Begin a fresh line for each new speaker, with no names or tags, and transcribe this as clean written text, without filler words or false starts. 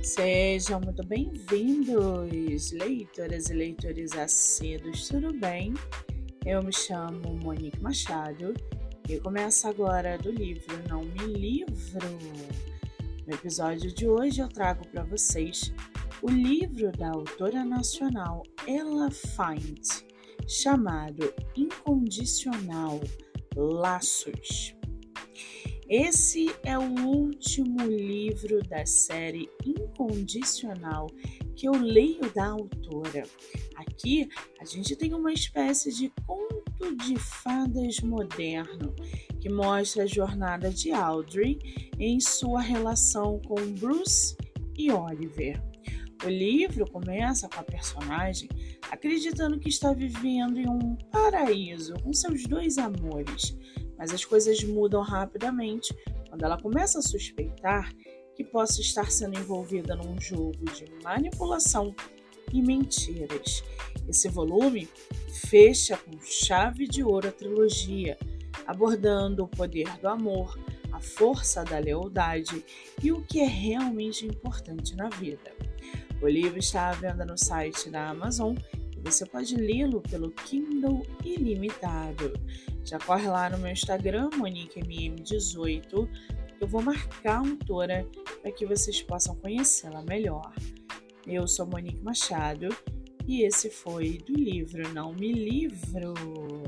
Sejam muito bem-vindos, leitoras e leitores assíduos, tudo bem? Eu me chamo Monique Machado e começo agora do livro Não Me Livro. No episódio de hoje eu trago para vocês o livro da autora nacional Ella Find, chamado Incondicional, Laços. Esse é o último livro da série Incondicional que eu leio da autora. Aqui a gente tem uma espécie de conto de fadas moderno que mostra a jornada de Audrey em sua relação com Bruce e Oliver. O livro começa com a personagem acreditando que está vivendo em um paraíso com seus dois amores, mas as coisas mudam rapidamente quando ela começa a suspeitar que possa estar sendo envolvida num jogo de manipulação e mentiras. Esse volume fecha com chave de ouro a trilogia, abordando o poder do amor, a força da lealdade e o que é realmente importante na vida. O livro está à venda no site da Amazon e você pode lê-lo pelo Kindle Ilimitado. Já corre lá no meu Instagram, MoniqueMM18, que eu vou marcar a autora para que vocês possam conhecê-la melhor. Eu sou Monique Machado e esse foi do livro Não Me Livro.